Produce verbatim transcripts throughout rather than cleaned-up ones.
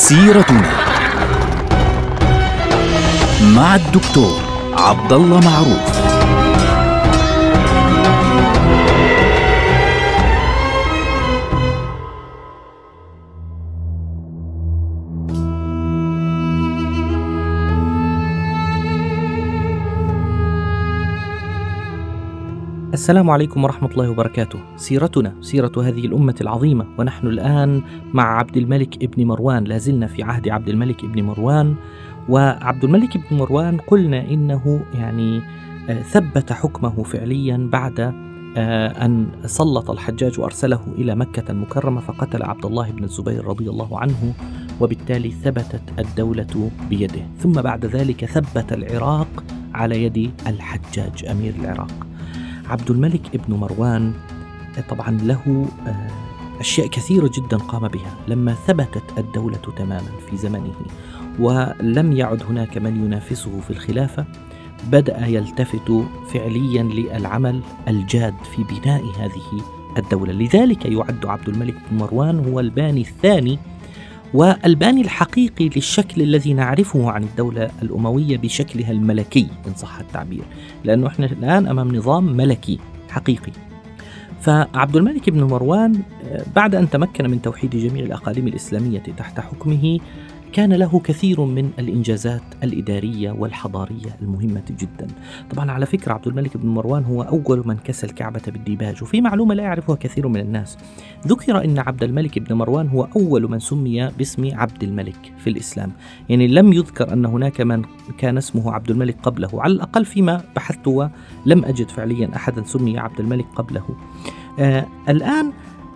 سيرتنا مع الدكتور عبد الله معروف. السلام عليكم ورحمة الله وبركاته. سيرتنا سيرة هذه الأمة العظيمة، ونحن الآن مع عبد الملك ابن مروان، لازلنا في عهد عبد الملك ابن مروان. وعبد الملك ابن مروان قلنا إنه يعني ثبت حكمه فعليا بعد أن سلط الحجاج وأرسله إلى مكة المكرمة فقتل عبد الله بن الزبير رضي الله عنه، وبالتالي ثبتت الدولة بيده. ثم بعد ذلك ثبت العراق على يد الحجاج أمير العراق. عبد الملك ابن مروان طبعا له أشياء كثيرة جدا قام بها لما ثبتت الدولة تماما في زمنه، ولم يعد هناك من ينافسه في الخلافة. بدأ يلتفت فعليا للعمل الجاد في بناء هذه الدولة، لذلك يعد عبد الملك بن مروان هو الباني الثاني والباني الحقيقي للشكل الذي نعرفه عن الدولة الأموية بشكلها الملكي إن صح التعبير، لأنه إحنا الآن أمام نظام ملكي حقيقي. فعبد الملك بن مروان بعد أن تمكن من توحيد جميع الأقاليم الإسلامية تحت حكمه كان له كثير من الإنجازات الإدارية والحضارية المهمة جدا. طبعا على فكرة عبد الملك بن مروان هو أول من كسى الكعبة بالديباج، وفي معلومة لا يعرفها كثير من الناس. ذكر أن عبد الملك بن مروان هو أول من سمي باسم عبد الملك في الإسلام، يعني لم يذكر أن هناك من كان اسمه عبد الملك قبله، على الأقل فيما بحثت ولم أجد فعليا أحدا سمي عبد الملك قبله. آه الآن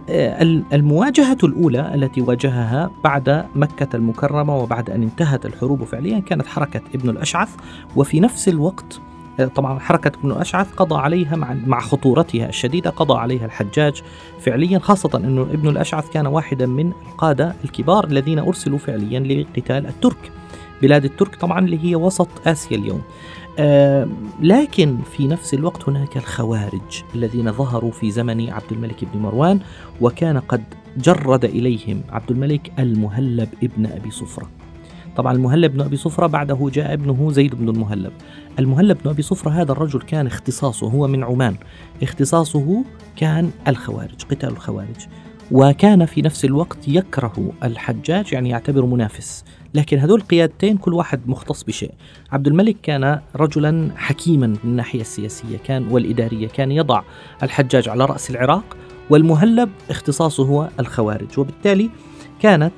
المواجهة الأولى التي واجهها بعد مكة المكرمة وبعد أن انتهت الحروب فعليا كانت حركة ابن الأشعث، وفي نفس الوقت طبعا حركة ابن الأشعث قضى عليها مع مع خطورتها الشديدة قضى عليها الحجاج فعليا، خاصة أنه ابن الأشعث كان واحدا من القادة الكبار الذين أرسلوا فعليا لقتال الترك، بلاد الترك طبعا اللي هي وسط آسيا اليوم. آه لكن في نفس الوقت هناك الخوارج الذين ظهروا في زمن عبد الملك بن مروان، وكان قد جرد إليهم عبد الملك المهلب ابن أبي صفرة. طبعا المهلب بن أبي صفرة بعده جاء ابنه زيد بن المهلب. المهلب بن أبي صفرة هذا الرجل كان اختصاصه، هو من عمان، اختصاصه كان الخوارج، قتال الخوارج، وكان في نفس الوقت يكره الحجاج، يعني يعتبر منافس. لكن هذول القيادتين كل واحد مختص بشيء. عبد الملك كان رجلا حكيما من الناحية السياسية كان والإدارية، كان يضع الحجاج على رأس العراق، والمهلب اختصاصه هو الخوارج، وبالتالي كانت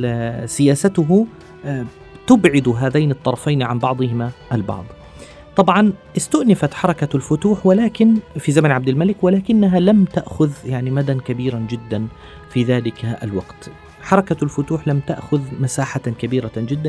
سياسته تبعد هذين الطرفين عن بعضهما البعض. طبعا استؤنفت حركة الفتوح ولكن في زمن عبد الملك، ولكنها لم تأخذ يعني مدى كبيرا جدا في ذلك الوقت. حركة الفتوح لم تأخذ مساحة كبيرة جدا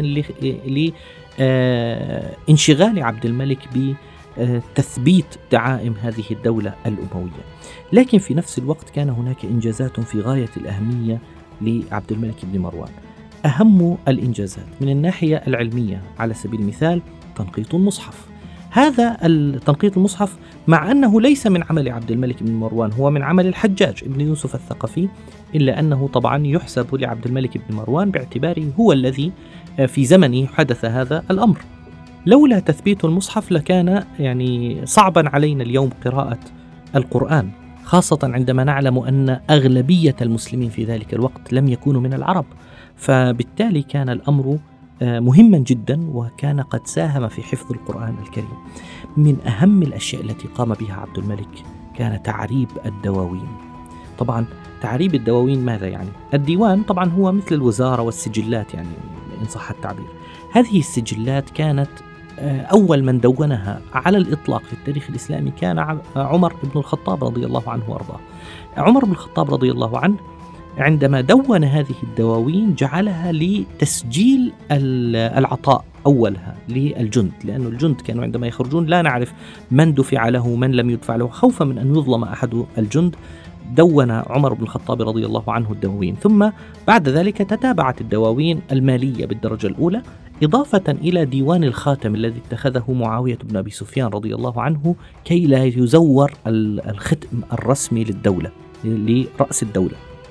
لانشغال عبد الملك بتثبيت دعائم هذه الدولة الأموية. لكن في نفس الوقت كان هناك إنجازات في غاية الأهمية لعبد الملك بن مروان. أهم الإنجازات من الناحية العلمية على سبيل المثال تنقيط المصحف. هذا التنقيط المصحف مع أنه ليس من عمل عبد الملك بن مروان، هو من عمل الحجاج ابن يوسف الثقفي، إلا أنه طبعا يحسب لعبد الملك بن مروان باعتباره هو الذي في زمنه حدث هذا الأمر. لولا تثبيت المصحف لكان يعني صعبا علينا اليوم قراءة القرآن، خاصة عندما نعلم أن أغلبية المسلمين في ذلك الوقت لم يكونوا من العرب، فبالتالي كان الأمر مهما جدا، وكان قد ساهم في حفظ القرآن الكريم. من أهم الأشياء التي قام بها عبد الملك كان تعريب الدواوين. طبعا تعريب الدواوين ماذا يعني؟ الديوان طبعا هو مثل الوزارة والسجلات يعني إن صح التعبير. هذه السجلات كانت أول من دونها على الإطلاق في التاريخ الإسلامي كان عمر بن الخطاب رضي الله عنه وأرضاه. عمر بن الخطاب رضي الله عنه عندما دون هذه الدواوين جعلها لتسجيل العطاء أولها للجند، لأن الجند كانوا عندما يخرجون لا نعرف من دفع له من لم يدفع له، خوفا من أن يظلم أحد الجند. دون عمر بن الخطاب رضي الله عنه الدواوين، ثم بعد ذلك تتابعت الدواوين المالية بالدرجة الأولى، إضافة إلى ديوان الخاتم الذي اتخذه معاوية بن أبي سفيان رضي الله عنه كي لا يزور الختم الرسمي للدولة لرأس الدولة.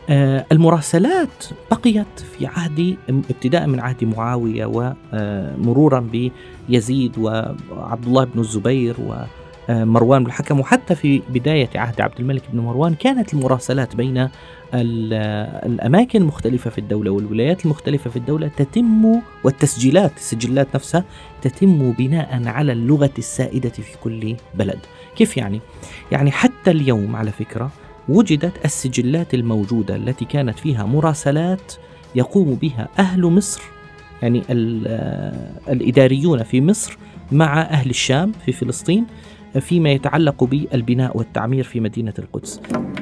المراسلات بقيت في عهد ابتداء من عهد معاوية ومرورا بيزيد وعبد الله بن الزبير ومروان بن الحكم، وحتى في بداية عهد عبد الملك بن مروان كانت المراسلات بين الأماكن المختلفة في الدولة والولايات المختلفة في الدولة تتم، والتسجيلات السجلات نفسها تتم بناء على اللغة السائدة في كل بلد. كيف يعني؟ يعني حتى اليوم على فكرة وجدت السجلات الموجودة التي كانت فيها مراسلات يقوم بها أهل مصر، يعني الإداريون في مصر مع أهل الشام في فلسطين فيما يتعلق بالبناء والتعمير في مدينة القدس.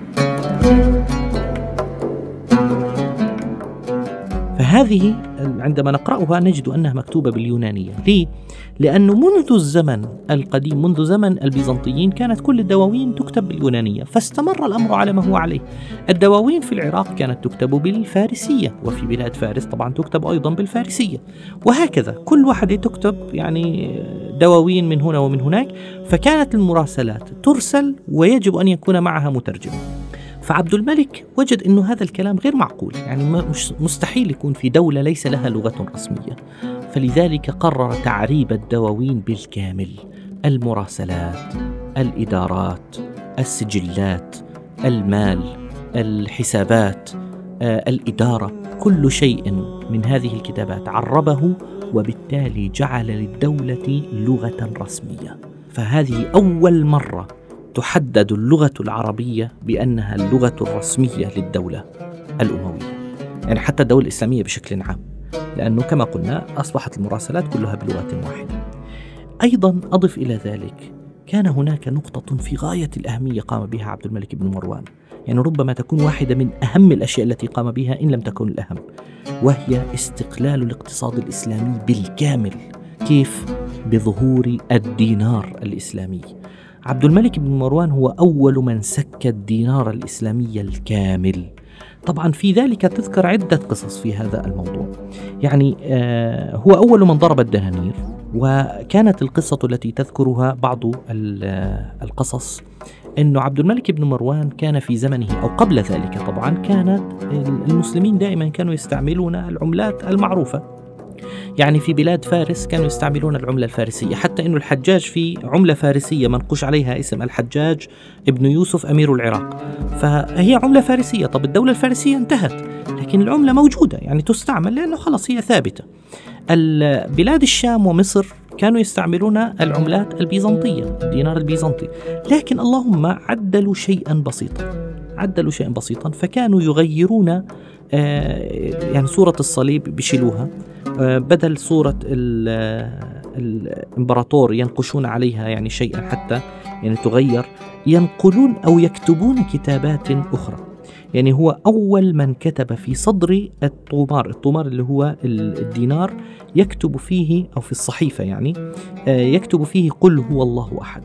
فهذه عندما نقرأها نجد أنها مكتوبة باليونانية. ليه؟ لأنه منذ الزمن القديم، منذ زمن البيزنطيين، كانت كل الدواوين تكتب باليونانية، فاستمر الأمر على ما هو عليه. الدواوين في العراق كانت تكتب بالفارسية، وفي بلاد فارس طبعا تكتب أيضا بالفارسية، وهكذا كل واحدة تكتب يعني دواوين من هنا ومن هناك. فكانت المراسلات ترسل ويجب أن يكون معها مترجم. فعبد الملك وجد أنه هذا الكلام غير معقول، يعني مش مستحيل يكون في دولة ليس لها لغة رسمية، فلذلك قرر تعريب الدواوين بالكامل: المراسلات، الإدارات، السجلات، المال، الحسابات، آه، الإدارة، كل شيء من هذه الكتابات عربه، وبالتالي جعل للدولة لغة رسمية. فهذه أول مرة تحدد اللغة العربية بأنها اللغة الرسمية للدولة الأموية، يعني حتى الدولة الإسلامية بشكل عام، لأنه كما قلنا أصبحت المراسلات كلها بلغة واحدة. أيضا أضف إلى ذلك كان هناك نقطة في غاية الأهمية قام بها عبد الملك بن مروان، يعني ربما تكون واحدة من أهم الأشياء التي قام بها إن لم تكن الأهم، وهي استقلال الاقتصاد الإسلامي بالكامل. كيف؟ بظهور الدينار الإسلامي. عبد الملك بن مروان هو أول من سك الدينار الإسلامي الكامل. طبعا في ذلك تذكر عدة قصص في هذا الموضوع، يعني آه هو أول من ضرب الدنانير، وكانت القصة التي تذكرها بعض القصص أنه عبد الملك بن مروان كان في زمنه أو قبل ذلك طبعا كانت المسلمين دائما كانوا يستعملون العملات المعروفة، يعني في بلاد فارس كانوا يستعملون العملة الفارسية، حتى أنه الحجاج في عملة فارسية منقوش عليها اسم الحجاج ابن يوسف أمير العراق، فهي عملة فارسية. طب الدولة الفارسية انتهت، لكن العملة موجودة يعني تستعمل لأنه خلاص هي ثابتة. بلاد الشام ومصر كانوا يستعملون العملات البيزنطية، الدينار البيزنطي، لكن اللهم عدلوا شيئا بسيطا عدلوا شيئا بسيطا فكانوا يغيرون يعني صورة الصليب بيشيلوها، بدل صورة الإمبراطور ينقشون عليها يعني شيئا حتى يعني تغير، ينقلون أو يكتبون كتابات أخرى. يعني هو أول من كتب في صدر الطومار، الطومار اللي هو الدينار، يكتب فيه أو في الصحيفة يعني يكتب فيه قل هو الله أحد.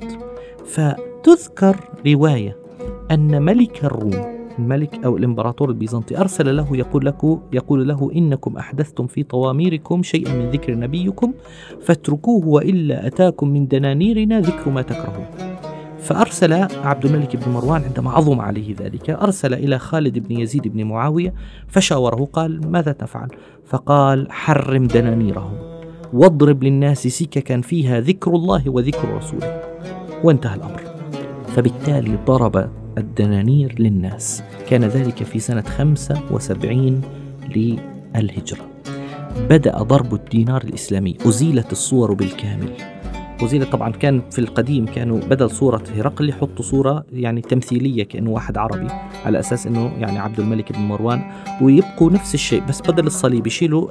فتذكر رواية أن ملك الروم، الملك أو الإمبراطور البيزنطي، أرسل له يقول, لك يقول له إنكم أحدثتم في طواميركم شيئا من ذكر نبيكم فاتركوه وإلا أتاكم من دنانيرنا ذكر ما تكرهون. فأرسل عبد الملك بن مروان عندما عظم عليه ذلك أرسل إلى خالد بن يزيد بن معاوية فشاوره، قال ماذا تفعل؟ فقال حرم دنانيرهم واضرب للناس سككا فيها ذكر الله وذكر رسوله، وانتهى الأمر. فبالتالي ضرب الدنانير للناس. كان ذلك في سنة خمسة وسبعين للهجرة. بدأ ضرب الدينار الإسلامي، أزيلت الصور بالكامل، أزيلت. طبعا كان في القديم كانوا بدل صورة هرقل يحطوا صورة يعني تمثيلية كأنه واحد عربي على أساس أنه يعني عبد الملك بن مروان، ويبقوا نفس الشيء بس بدل الصليب يشيلوا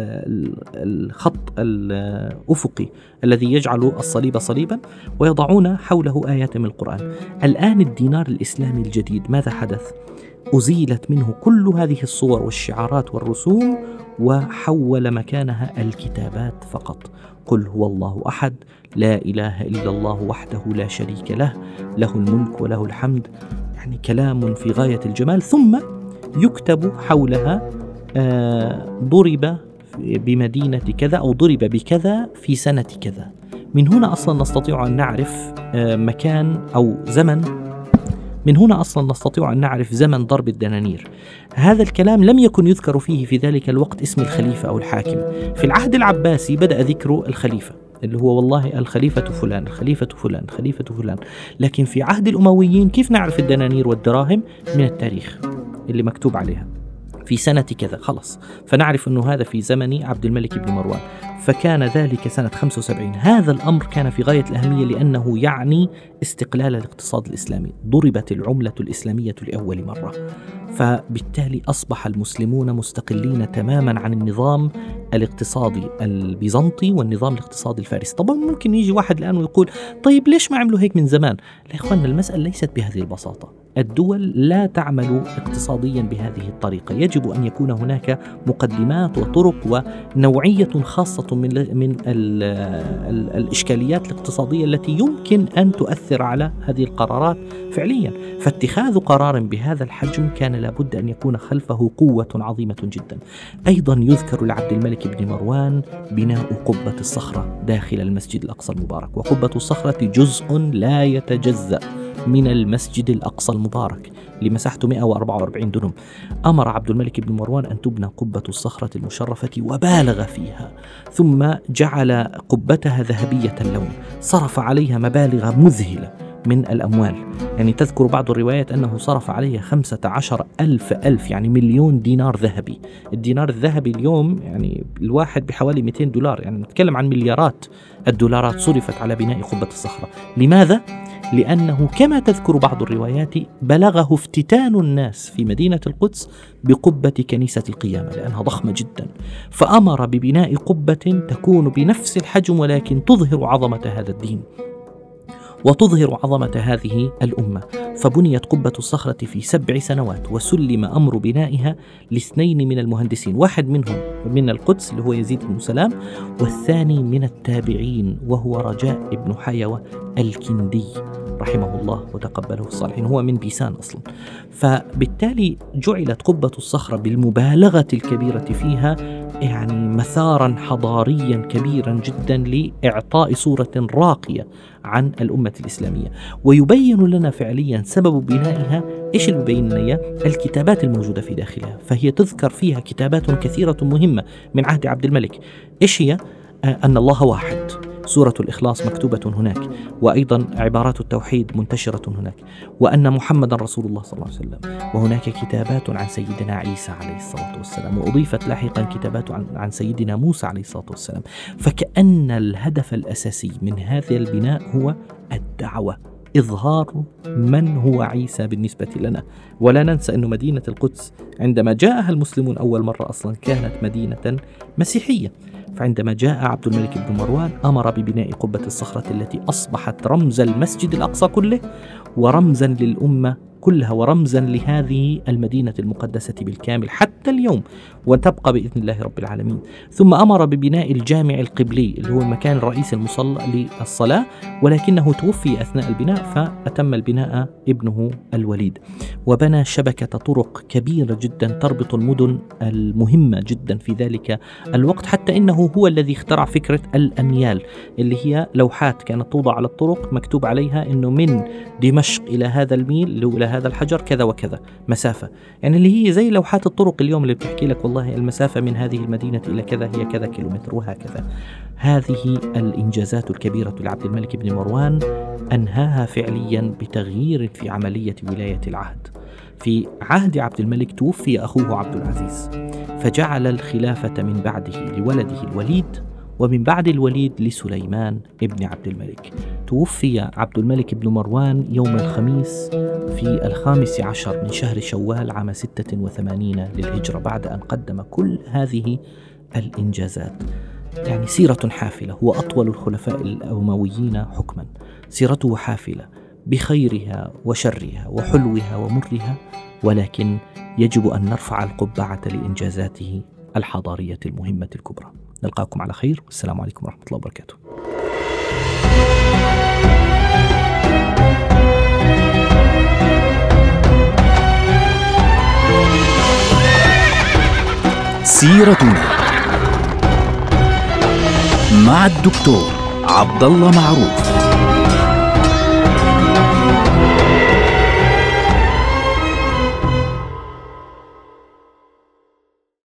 الخط الأفقي الذي يجعل الصليب صليبا ويضعون حوله آيات من القرآن. الآن الدينار الإسلامي الجديد ماذا حدث؟ أزيلت منه كل هذه الصور والشعارات والرسوم وحول مكانها الكتابات فقط. قل هو الله أحد، لا إله إلا الله وحده لا شريك له، له الملك وله الحمد، يعني كلام في غاية الجمال. ثم يكتب حولها آه ضرب بمدينة كذا أو ضرب بكذا في سنة كذا. من هنا أصلا نستطيع أن نعرف آه مكان أو زمن من هنا أصلا نستطيع أن نعرف زمن ضرب الدنانير. هذا الكلام لم يكن يذكر فيه في ذلك الوقت اسم الخليفة أو الحاكم. في العهد العباسي بدأ ذكر الخليفة، اللي هو والله الخليفة فلان الخليفة فلان الخليفة فلان. لكن في عهد الأمويين كيف نعرف الدنانير والدراهم؟ من التاريخ اللي مكتوب عليها في سنة كذا، خلص فنعرف أنه هذا في زمن عبد الملك بن مروان، فكان ذلك سنة خمسة وسبعين. هذا الأمر كان في غاية الأهمية لأنه يعني استقلال الاقتصاد الإسلامي. ضربت العملة الإسلامية لأول مرة، فبالتالي أصبح المسلمون مستقلين تماما عن النظام الاقتصادي البيزنطي والنظام الاقتصادي الفارسي. طبعا ممكن يجي واحد الآن ويقول طيب ليش ما عملوا هيك من زمان؟ لا يا إخواننا، المسألة ليست بهذه البساطة. الدول لا تعمل اقتصاديا بهذه الطريقة. يجب أن يكون هناك مقدمات وطرق ونوعية خاصة من من ال ال الإشكاليات الاقتصادية التي يمكن أن تؤثر على هذه القرارات فعليا. فاتخاذ قرار بهذا الحجم كان لابد أن يكون خلفه قوة عظيمة جدا. أيضا يذكر لعبد الملك بن مروان بناء قبة الصخرة داخل المسجد الأقصى المبارك، وقبة الصخرة جزء لا يتجزأ من المسجد الأقصى المبارك لمساحته مئة وأربعة وأربعين دنم. أمر عبد الملك بن مروان أن تبنى قبة الصخرة المشرفة وبالغ فيها، ثم جعل قبتها ذهبية اللون، صرف عليها مبالغ مذهلة من الأموال. يعني تذكر بعض الروايات أنه صرف عليها خمسة عشر ألف ألف يعني مليون دينار ذهبي. الدينار الذهبي اليوم يعني الواحد بحوالي مئتين دولار، يعني نتكلم عن مليارات الدولارات صرفت على بناء قبة الصخرة. لماذا؟ لأنه كما تذكر بعض الروايات بلغه افتتان الناس في مدينة القدس بقبة كنيسة القيامة لأنها ضخمة جدا، فأمر ببناء قبة تكون بنفس الحجم ولكن تظهر عظمة هذا الدين وتظهر عظمة هذه الأمة. فبنيت قبة الصخرة في سبع سنوات، وسلم أمر بنائها لاثنين من المهندسين، واحد منهم من القدس اللي هو يزيد بن سلام، والثاني من التابعين وهو رجاء بن حيوة الكندي رحمه الله وتقبله الصالحين، هو من بيسان أصلا. فبالتالي جعلت قبة الصخرة بالمبالغة الكبيرة فيها يعني مثارا حضاريا كبيرا جدا لإعطاء صورة راقية عن الأمة الإسلامية. ويبين لنا فعليا سبب بنائها. إيش اللي يبين لنا؟ الكتابات الموجودة في داخلها، فهي تذكر فيها كتابات كثيرة مهمة من عهد عبد الملك. إيش هي؟ أن الله واحد، سورة الإخلاص مكتوبة هناك، وأيضا عبارات التوحيد منتشرة هناك، وأن محمد رسول الله صلى الله عليه وسلم. وهناك كتابات عن سيدنا عيسى عليه الصلاة والسلام، وأضيفت لاحقا كتابات عن, عن سيدنا موسى عليه الصلاة والسلام. فكأن الهدف الأساسي من هذا البناء هو الدعوة، إظهار من هو عيسى بالنسبة لنا. ولا ننسى أن مدينة القدس عندما جاءها المسلمون أول مرة أصلا كانت مدينة مسيحية. فعندما جاء عبد الملك بن مروان أمر ببناء قبة الصخرة التي أصبحت رمز المسجد الأقصى كله ورمزا للأمة كلها ورمزا لهذه المدينة المقدسة بالكامل حتى اليوم، وتبقى بإذن الله رب العالمين. ثم أمر ببناء الجامع القبلي اللي هو المكان الرئيسي المصلى للصلاة، ولكنه توفي أثناء البناء فأتم البناء ابنه الوليد. وبنى شبكة طرق كبيرة جدا تربط المدن المهمة جدا في ذلك الوقت، حتى إنه هو الذي اخترع فكرة الأميال اللي هي لوحات كانت توضع على الطرق مكتوب عليها إنه من دمشق إلى هذا الميل إلى هذا الحجر كذا وكذا مسافة، يعني اللي هي زي لوحات الطرق اليوم اللي بتحكي لك والله المسافة من هذه المدينة إلى كذا هي كذا كيلومتر وهكذا. هذه الإنجازات الكبيرة لعبد الملك بن مروان أنهاها فعليا بتغيير في عملية ولاية العهد. في عهد عبد الملك توفي أخوه عبد العزيز، فجعل الخلافة من بعده لولده الوليد، ومن بعد الوليد لسليمان ابن عبد الملك. توفي عبد الملك بن مروان يوم الخميس في الخامس عشر من شهر شوال عام ستة وثمانين للهجرة، بعد أن قدم كل هذه الإنجازات. يعني سيرة حافلة، هو أطول الخلفاء الأمويين حكما، سيرته حافلة بخيرها وشرها وحلوها ومرها، ولكن يجب أن نرفع القبعة لإنجازاته الحضارية المهمة الكبرى. نلقاكم على خير، والسلام عليكم ورحمة الله وبركاته. سيرتنا مع الدكتور عبد الله معروف.